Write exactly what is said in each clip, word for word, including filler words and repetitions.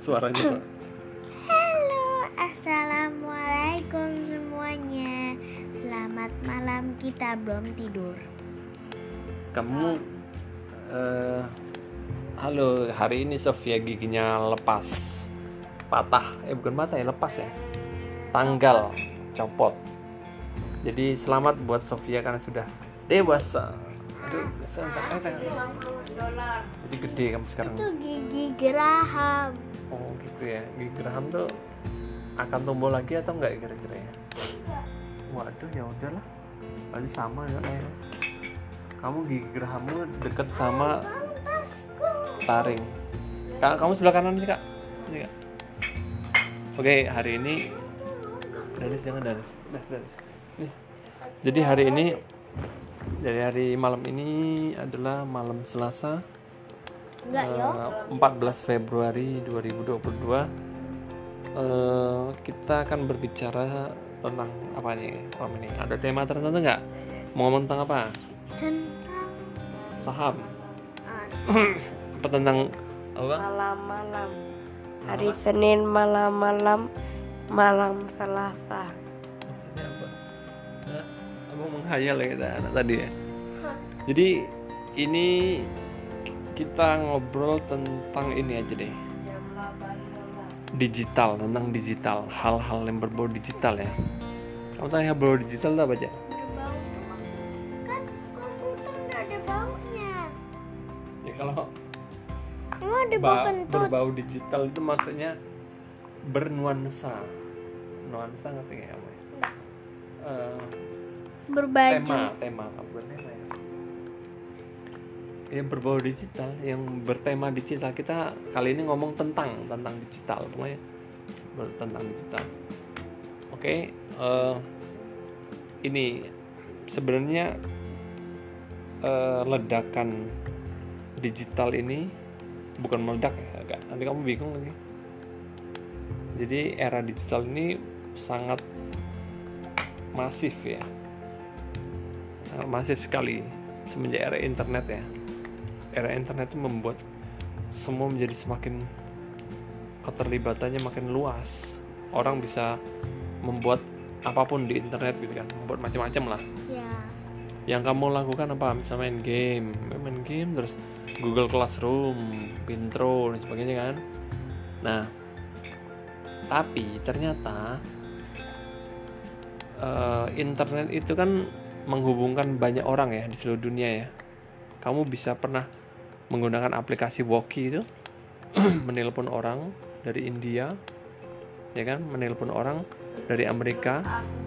suaranya kok. Halo, assalamualaikum semuanya. Selamat malam, kita belum tidur. Kamu uh, halo, hari ini Sofia giginya lepas, patah, eh bukan patah ya, lepas ya, tanggal, copot. Jadi selamat buat Sofia karena sudah dewasa. Aduh, sebentar, eh, jangan. Jadi gede kamu sekarang. Itu gigi geraham. Oh gitu ya, gigi geraham tuh akan tumbuh lagi atau enggak kira-kira ya? Waduh, ya udahlah, berarti sama ya lah ya. Kamu gigi gerahammu deket sama taring. Kak, kamu sebelah kanan sih kak. Ini kak. Oke, hari ini Daris jangan Daris. Nah, Daris. Nih. Jadi hari ini dari hari malam ini adalah malam Selasa. Enggak yo. empat belas Februari dua ribu dua puluh dua. Uh, kita akan berbicara tentang apa nih? Oh, ini ada tema tertentu nggak? Mau ngomong tentang apa? Tentang Saham. ah, Apa tentang apa? Malam-malam. Hari Senin malam-malam, malam Selasa. Maksudnya apa? Nah, abang menghayal ya kita anak tadi ya. Jadi ini kita ngobrol tentang ini aja deh. Jam delapan malam. Digital, tentang digital, hal-hal yang berbau digital ya. Kamu tahu yang berbau digital itu apa aja? berbau tuh maksudnya kan komputer nggak ada baunya. Ya kalau Emang ada bau ba- kentut. berbau digital itu maksudnya bernuansa. Nuansa ngerti nggak kamu? Uh, Berbaju. tema, tema, bukan tema ya. Ya berbau digital, yang bertema digital. Kita kali ini ngomong tentang tentang digital, pokoknya ber- tentang digital. Oke, uh, ini sebenarnya uh, ledakan digital ini bukan meledak ya, agak. Nanti kamu bingung lagi. Jadi era digital ini sangat masif ya, sangat masif sekali semenjak era internet ya. Era internet itu membuat semua menjadi semakin keterlibatannya makin luas. Orang bisa membuat apapun di internet gitu kan, membuat macam-macam lah. Ya. Yang kamu lakukan apa? Misalnya main game, main game terus Google Classroom, Pintro dan sebagainya kan. Nah, tapi ternyata uh, internet itu kan menghubungkan banyak orang ya di seluruh dunia ya. Kamu bisa pernah menggunakan aplikasi Walkie itu menelpon orang dari India, ya kan, menelpon orang dari Amerika.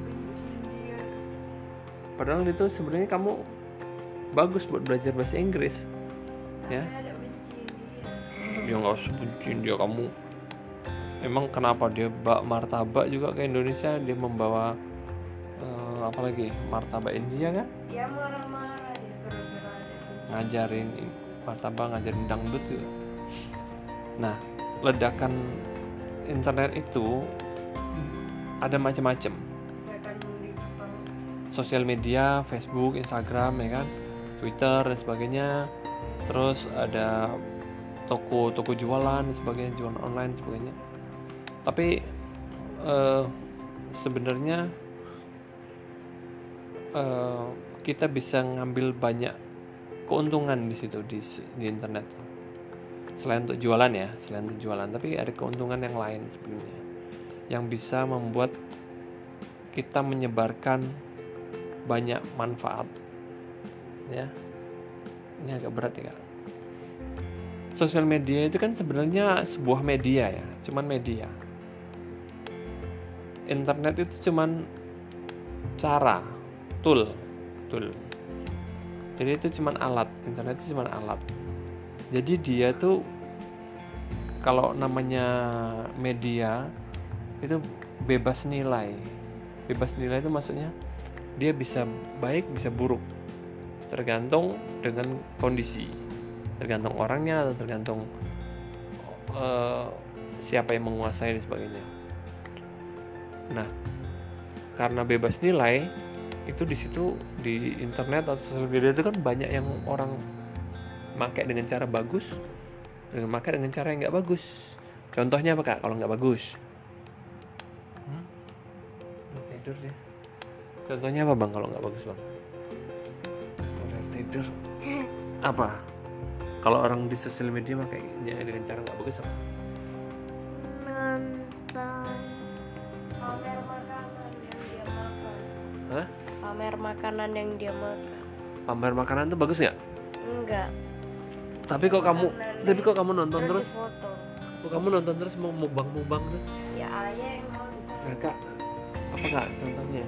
Padahal itu sebenarnya kamu bagus buat belajar bahasa Inggris, ya. Dia nggak usah benci dia kamu. Emang kenapa dia bak martabak juga ke Indonesia, dia membawa uh, apa lagi martabak India kan? Dia marah-marah ya gara-gara ada Ngajarin martabak, ngajarin dangdut gitu. Nah, ledakan internet itu ada macam-macam. akan di Jepang. Sosial media, Facebook, Instagram, ya kan, Twitter dan sebagainya. Terus ada toko-toko jualan dan sebagainya, jualan online dan sebagainya. Tapi eh, sebenarnya eh, kita bisa ngambil banyak keuntungan di situ di, di internet. Selain untuk jualan ya, selain untuk jualan, tapi ada keuntungan yang lain sebenarnya yang bisa membuat kita menyebarkan banyak manfaat. Ya, ini agak berat ya Kak. Sosial media itu kan sebenarnya sebuah media ya, cuman media. Internet itu cuman cara, tool, tool. Jadi itu cuman alat, internet itu cuman alat. Jadi dia tuh kalau namanya media itu bebas nilai. Bebas nilai itu maksudnya dia bisa baik, bisa buruk. Tergantung dengan kondisi. Tergantung orangnya atau tergantung uh, siapa yang menguasai dan sebagainya. Nah, karena bebas nilai, itu di situ di internet atau sosial media itu kan banyak yang orang pakai dengan cara bagus, dengan pakai dengan cara yang nggak bagus. Contohnya apa kak kalau nggak bagus? Hmm? Udah tidur ya. Contohnya apa bang kalau nggak bagus bang? Udah tidur. Apa? Kalau orang di sosial media mah kayaknya dengan cara nggak bagus apa? Nonton. Pamer makanan yang dia makan. Hah? Pamer makanan yang dia makan. Pamer makanan tuh bagus nggak? Enggak. Tapi kok kamu, tapi kok kamu nonton terus? Foto. Kok kamu nonton terus mau mubang-mubang tuh? Ya ayah yang mau. Nah, kak, apa kak contohnya?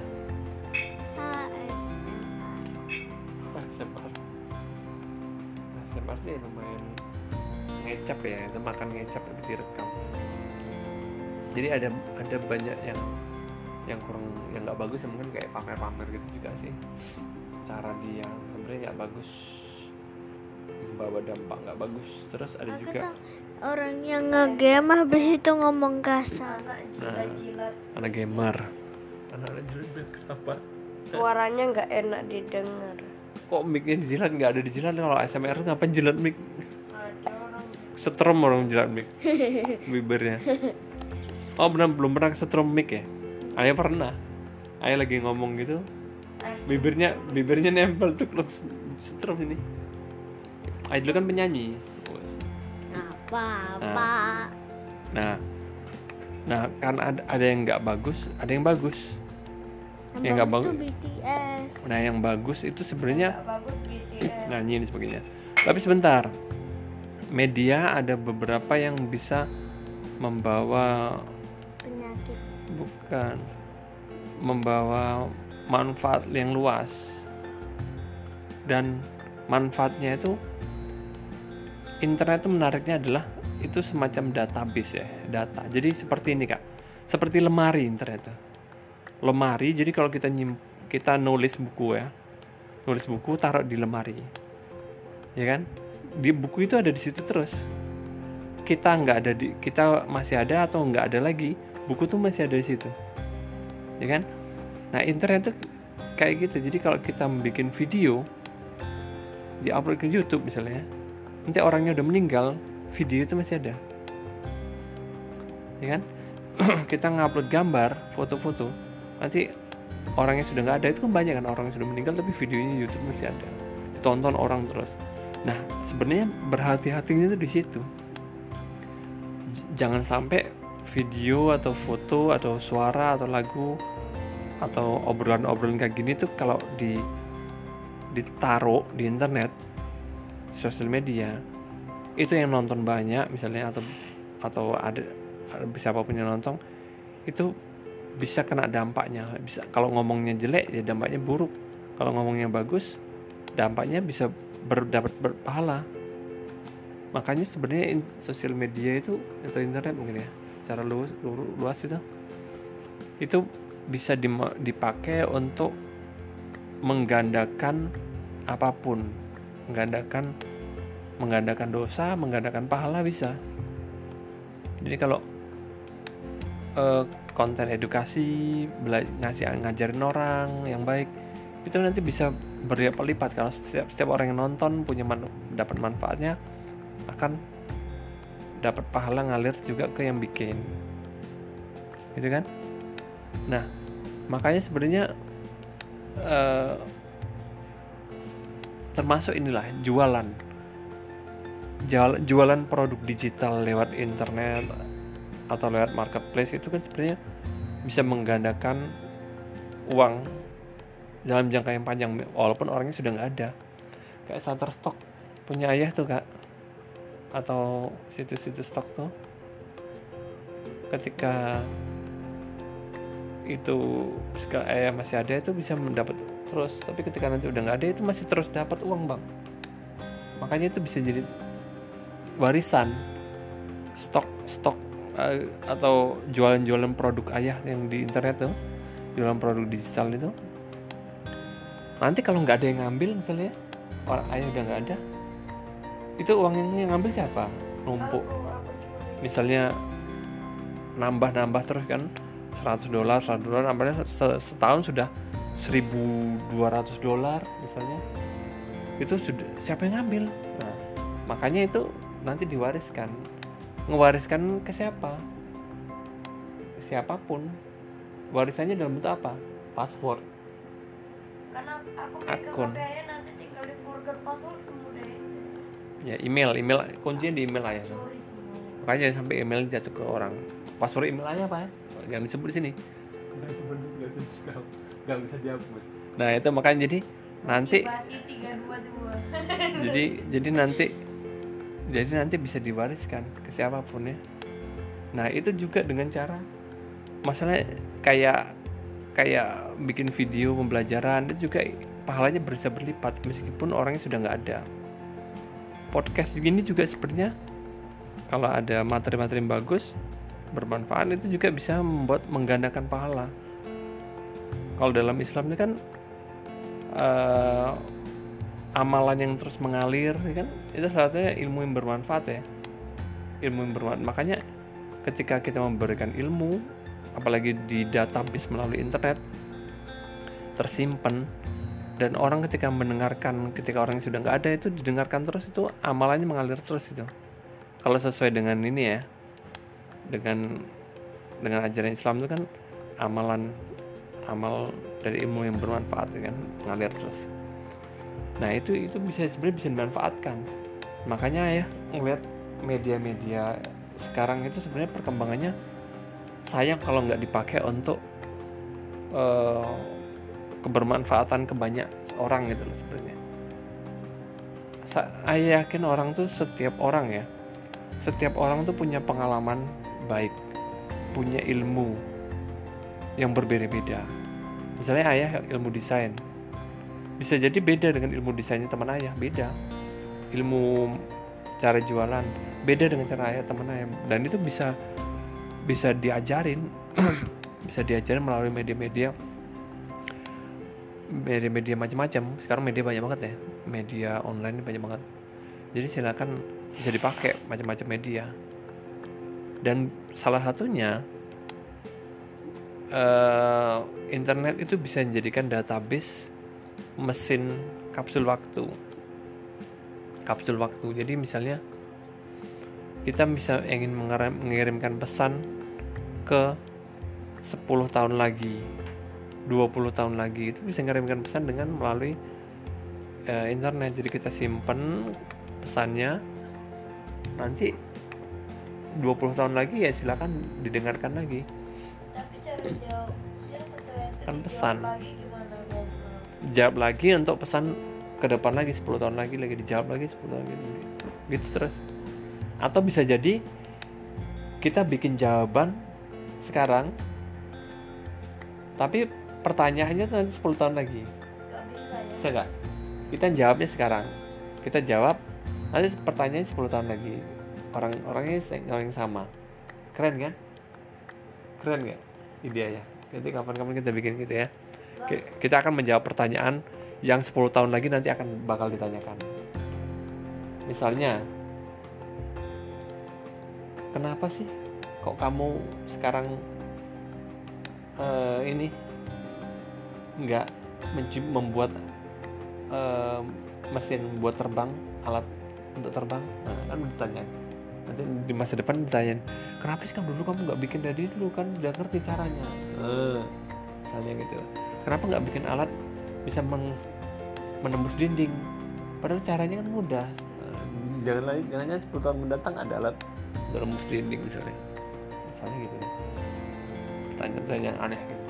A S M R. A S M R. A S M R sih lumayan ngecap ya, itu makan ngecap tapi direkam. Jadi ada ada banyak yang yang kurang, yang nggak bagus, yang mungkin kayak pamer-pamer gitu juga sih. Cara dia sebenarnya nggak bagus, membawa dampak nggak bagus. Terus ada Aku juga tahu orang yang nge-game habis itu ngomong kasar. Anak Nah. jilat-jilat. anak gamer. Anak-anak jilat kenapa? Suaranya nggak enak didengar. Kok mic-nya dijilat? Nggak ada dijilat. Kalau A S M R ngapain jilat mic? Ada orang Setrum orang jilat mic bibirnya. Oh benar, belum pernah setrum mic ya? Ayah pernah. Ayah lagi ngomong gitu, bibirnya bibirnya nempel tuh kalau setrum ini. Ayah dulu kan penyanyi. Apa-apa. Nah, nah kan ada, ada yang nggak bagus, ada yang bagus. Yang nggak bagus tuh bagus. B T S. Nah yang bagus itu sebenarnya nggak bagus B T S. nyanyi dan sebagainya. Tapi sebentar, media ada beberapa yang bisa membawa, Penyakit. bukan, membawa manfaat yang luas. Dan manfaatnya itu, internet itu menariknya adalah itu semacam database ya, data. Jadi seperti ini kak, seperti lemari internet itu. Lemari, jadi kalau kita nyim, kita nulis buku ya, nulis buku taruh di lemari, ya kan? Di buku itu ada di situ terus. Kita nggak ada di, kita masih ada atau nggak ada lagi, buku tuh masih ada di situ, ya kan? Nah internet tuh kayak gitu. Jadi kalau kita bikin video, di-upload ke YouTube misalnya, nanti orangnya udah meninggal, video itu masih ada, ya kan? Kita ngupload gambar, foto-foto, nanti orang yang sudah nggak ada itu kan banyak kan orang yang sudah meninggal tapi videonya YouTube masih ada, ditonton orang terus. Nah sebenarnya berhati-hatinya itu di situ. Jangan sampai video atau foto atau suara atau lagu atau obrolan-obrolan kayak gini tuh kalau di ditaruh di internet, sosial media, itu yang nonton banyak misalnya, atau atau ada, ada siapapun yang nonton itu bisa kena dampaknya. Bisa, kalau ngomongnya jelek ya dampaknya buruk, kalau ngomongnya bagus dampaknya bisa berdapat berpahala. Makanya sebenarnya in, sosial media itu atau internet mungkin ya secara luas, luas itu itu bisa dipakai untuk menggandakan apapun, menggandakan menggandakan dosa, menggandakan pahala bisa. Jadi kalau uh, konten edukasi, bela- ngasih ngajarin orang yang baik, itu nanti bisa berlipat-lipat. Kalau setiap setiap orang yang nonton punya man, dapat manfaatnya, akan dapat pahala ngalir juga ke yang bikin, gitu kan? Nah, makanya sebenarnya uh, termasuk inilah jualan. Jualan produk digital lewat internet atau lewat marketplace itu kan sebenarnya bisa menggandakan uang dalam jangka yang panjang walaupun orangnya sudah nggak ada. Kayak Shutterstock punya ayah tuh kak, atau situs-situs stok tuh, ketika itu jika ayah masih ada itu bisa mendapat terus, tapi ketika nanti udah nggak ada itu masih terus dapat uang bang. Makanya itu bisa jadi warisan stok stok uh, atau jualan-jualan produk ayah yang di internet tuh, jualan produk digital itu. Nanti kalau nggak ada yang ngambil misalnya, orang ayah udah nggak ada, itu uang yang ngambil siapa? Numpuk. Misalnya nambah-nambah terus kan, seratus dolar, seratus dolar, nambahnya setahun sudah seribu dua ratus dolar misalnya. Itu sudah siapa yang ngambil? Nah, makanya itu nanti diwariskan ngewariskan ke siapa? Siapapun. Warisannya dalam bentuk apa? Password. Karena aku pegang Akun. H P ayah nanti tinggal di forget password semudah itu. Ya email, email kuncinya di email ayah. Sorry semuanya. Makanya jangan sampai email jatuh ke orang. Password email ayah apa ya? Jangan disebut di sini. Gak bisa dihapus. Nah itu makanya jadi nanti Basi tiga dua dua. jadi jadi nanti jadi nanti bisa diwariskan ke siapapun ya. Nah itu juga dengan cara masalah kayak kayak bikin video pembelajaran itu juga pahalanya bisa berlipat meskipun orangnya sudah nggak ada. Podcast gini juga sebenarnya kalau ada materi-materi yang bagus bermanfaat itu juga bisa membuat menggandakan pahala. Kalau dalam Islam ini kan uh, amalan yang terus mengalir ya kan itu salah satunya ilmu yang bermanfaat ya, ilmu yang bermanfaat. Makanya ketika kita memberikan ilmu apalagi di database melalui internet tersimpan dan orang ketika mendengarkan ketika orang yang sudah nggak ada itu didengarkan terus itu amalannya mengalir terus itu kalau sesuai dengan ini ya dengan dengan ajaran Islam itu kan amalan amal dari ilmu yang bermanfaat kan mengalir terus. Nah itu itu bisa sebenarnya bisa dimanfaatkan. Makanya ya ngelihat media-media sekarang itu sebenarnya perkembangannya sayang kalau nggak dipakai untuk uh, kebermanfaatan ke banyak orang gitu loh sebenarnya. Saya yakin orang tuh setiap orang ya, setiap orang tuh punya pengalaman baik, punya ilmu yang berbeda-beda. Misalnya ayah ilmu desain, bisa jadi beda dengan ilmu desainnya teman ayah, beda. Ilmu cara jualan beda dengan cara ayah teman ayah, dan itu bisa bisa diajarin, bisa diajarin melalui media-media, media-media macam-macam. Sekarang media banyak banget ya, media online banyak banget. Jadi silakan bisa dipakai macam-macam media. Dan salah satunya uh, internet itu bisa menjadikan database mesin kapsul waktu. Kapsul waktu. Jadi misalnya kita bisa ingin mengirimkan pesan ke sepuluh tahun lagi, dua puluh tahun lagi, itu bisa mengirimkan pesan dengan melalui uh, internet. Jadi kita simpan pesannya, nanti dua puluh tahun lagi ya silakan didengarkan lagi. Tapi cara jawab ya percaya Kan pesan. Jawab lagi gimana Bang? Jawab lagi untuk pesan ke depan lagi sepuluh tahun lagi, lagi dijawab lagi sepuluh tahun lagi. Gitu terus. Atau bisa jadi kita bikin jawaban sekarang, tapi pertanyaannya tuh nanti sepuluh tahun lagi. Gak bisa ya. Bisa gak? Kita jawabnya sekarang, kita jawab nanti pertanyaannya sepuluh tahun lagi. Orang-orangnya orang yang sama. Keren kan? Keren gak ideanya? Nanti kapan-kapan kita bikin gitu ya. Kita akan menjawab pertanyaan yang sepuluh tahun lagi nanti akan bakal ditanyakan. Misalnya, kenapa sih kok kamu sekarang uh, ini nggak menci- membuat uh, mesin buat terbang, alat untuk terbang? Nah, kan ditanya. Nanti di masa depan ditanya, kenapa sih kan dulu kamu nggak bikin dari dulu, kan udah ngerti caranya. Uh, misalnya gitu. Kenapa nggak bikin alat bisa meng- menembus dinding? Padahal caranya kan mudah. Uh, jangan lagi, jangan-jangan sepuluh tahun mendatang ada alat menembus dinding misalnya. Misalnya gitu. Pertanyaan-pertanyaan aneh gitu.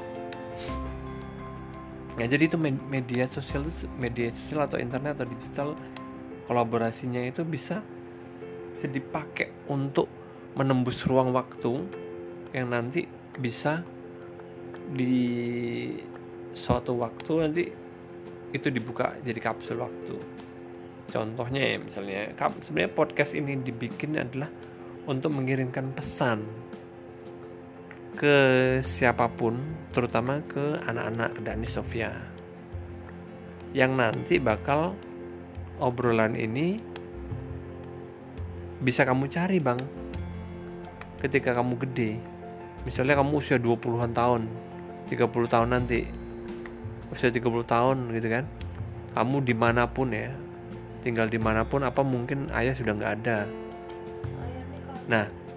Ya jadi itu media sosial, media sosial atau internet atau digital, kolaborasinya itu bisa bisa dipakai untuk menembus ruang waktu yang nanti bisa di suatu waktu nanti itu dibuka jadi kapsul waktu. Contohnya ya misalnya sebenarnya podcast ini dibikin adalah untuk mengirimkan pesan ke siapapun, terutama ke anak-anak Dani Sofia, yang nanti bakal obrolan ini bisa kamu cari bang ketika kamu gede. Misalnya kamu usia dua puluhan tahun, tiga puluh tahun nanti, usia tiga puluh tahun gitu kan, kamu dimanapun ya, tinggal dimanapun, apa mungkin ayah sudah gak ada. Nah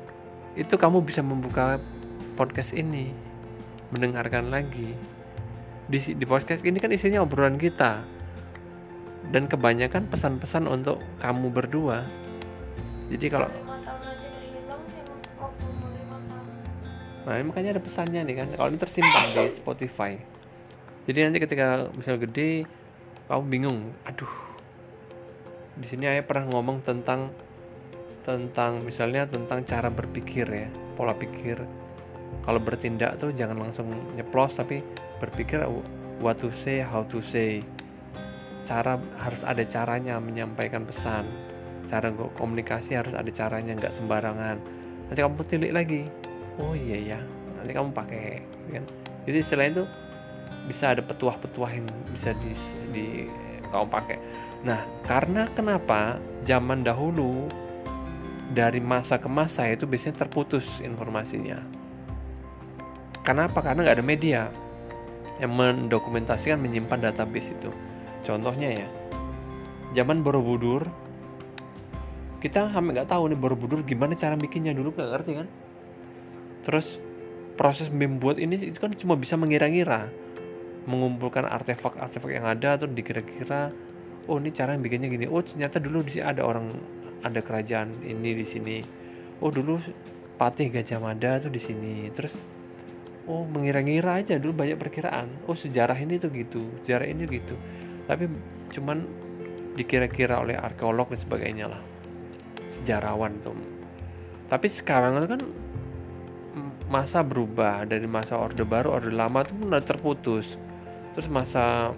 itu kamu bisa membuka podcast ini, mendengarkan lagi. Di, di podcast ini kan isinya obrolan kita, dan kebanyakan pesan-pesan untuk kamu berdua. Jadi kalau lima tahun aja udah hilang emang waktu umur lima tahun. nah ini makanya ada pesannya nih kan, kalau ini tersimpan di Spotify. Jadi nanti ketika misal gede kamu bingung, aduh di sini ayah pernah ngomong tentang tentang misalnya tentang cara berpikir ya, pola pikir. Kalau bertindak tuh jangan langsung nyeplos, tapi berpikir what to say, how to say. Cara harus ada caranya menyampaikan pesan. Cara komunikasi harus ada caranya, nggak sembarangan. Nanti kamu tilik lagi, oh iya ya, nanti kamu pakai kan. Jadi selain itu bisa ada petuah-petuah yang bisa di, di kamu pakai. Nah, karena kenapa zaman dahulu dari masa ke masa itu biasanya terputus informasinya. Kenapa? Karena nggak ada media yang mendokumentasikan, menyimpan database itu. Contohnya ya, zaman Borobudur, kita sampai nggak tahu nih Borobudur gimana cara bikinnya, dulu nggak ngerti kan. Terus proses membuat ini itu kan cuma bisa mengira-ngira, mengumpulkan artefak-artefak yang ada tuh dikira-kira, oh ini cara bikinnya gini, oh ternyata dulu di sini ada orang, ada kerajaan ini di sini, oh dulu Patih Gajah Mada tuh di sini. Terus oh mengira-ngira aja, dulu banyak perkiraan, oh sejarah ini tuh gitu, sejarah ini gitu, tapi cuman dikira-kira oleh arkeolog dan sebagainya lah, sejarawan tuh. Tapi sekarang kan masa berubah, dari masa Orde Baru, Orde Lama tuh udah terputus. Terus masa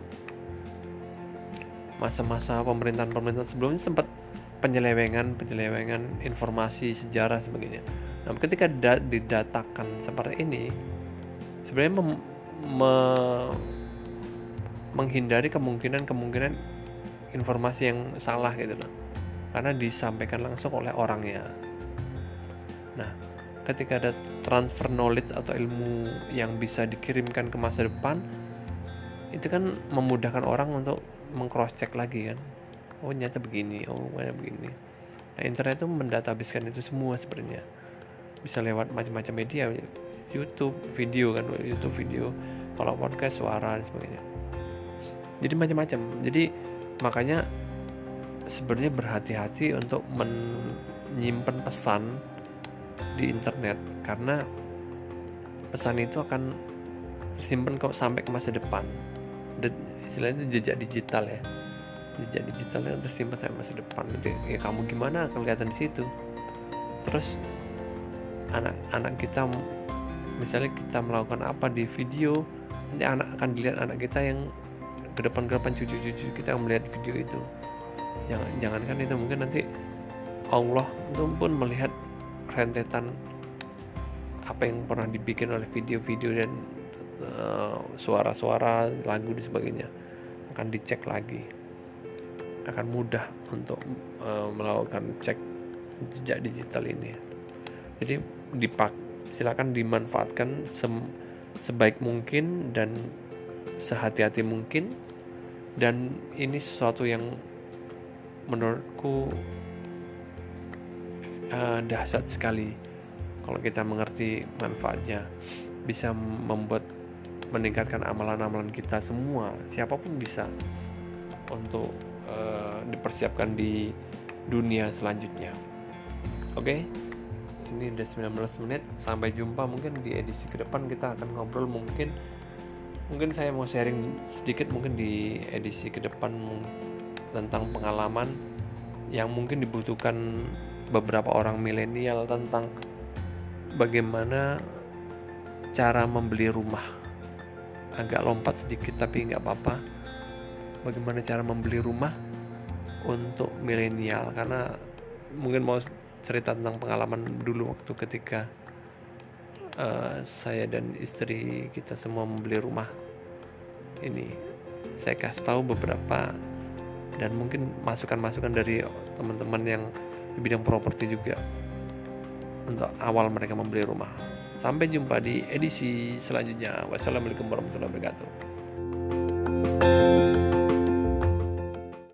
masa-masa pemerintahan-pemerintahan sebelumnya sempat penyelewengan, penyelewengan informasi, sejarah sebagainya. Nah, ketika da- didatakan seperti ini, sebenarnya mem- me- menghindari kemungkinan-kemungkinan informasi yang salah gitu loh, karena disampaikan langsung oleh orangnya. Nah, ketika ada transfer knowledge atau ilmu yang bisa dikirimkan ke masa depan, itu kan memudahkan orang untuk meng-cross check lagi kan, oh nyata begini, oh kayak begini. Nah, internet itu mendatabasekan itu semua sebenarnya, bisa lewat macam-macam media, YouTube video kan, YouTube video, kalau podcast suara dan sebagainya. Jadi macam-macam. Jadi makanya sebenarnya berhati-hati untuk menyimpan pesan di internet, karena pesan itu akan tersimpan kok sampai ke masa depan. Dan istilahnya jejak digital ya, jejak digitalnya tersimpan sampai masa depan. Nanti ya kamu gimana kelihatan di situ. Terus anak-anak kita, misalnya kita melakukan apa di video, nanti anak akan dilihat anak kita yang ke depan-ke depan, cucu-cucu kita yang melihat video itu. Jangan jangankan itu, mungkin nanti Allah itu pun melihat rentetan apa yang pernah dibikin oleh video-video dan uh, suara-suara, lagu dan sebagainya, akan dicek lagi, akan mudah untuk uh, melakukan cek jejak digital ini. Jadi dipak silakan dimanfaatkan se- sebaik mungkin dan sehati-hati mungkin. Dan ini sesuatu yang menurutku uh, dahsyat sekali kalau kita mengerti manfaatnya. Bisa membuat meningkatkan amalan-amalan kita semua, siapapun bisa, untuk uh, dipersiapkan di dunia selanjutnya. Oke, okay? Ini udah sembilan belas menit. Sampai jumpa mungkin di edisi ke depan, kita akan ngobrol mungkin Mungkin saya mau sharing sedikit mungkin di edisi ke depan tentang pengalaman yang mungkin dibutuhkan beberapa orang milenial, tentang bagaimana cara membeli rumah. Agak lompat sedikit tapi nggak apa-apa. Bagaimana cara membeli rumah untuk milenial, karena mungkin mau cerita tentang pengalaman dulu waktu ketika Uh, saya dan istri kita semua membeli rumah ini. Saya kasih tahu beberapa, dan mungkin masukan-masukan dari teman-teman yang di bidang properti juga untuk awal mereka membeli rumah. Sampai jumpa di edisi selanjutnya. Wassalamualaikum warahmatullahi wabarakatuh.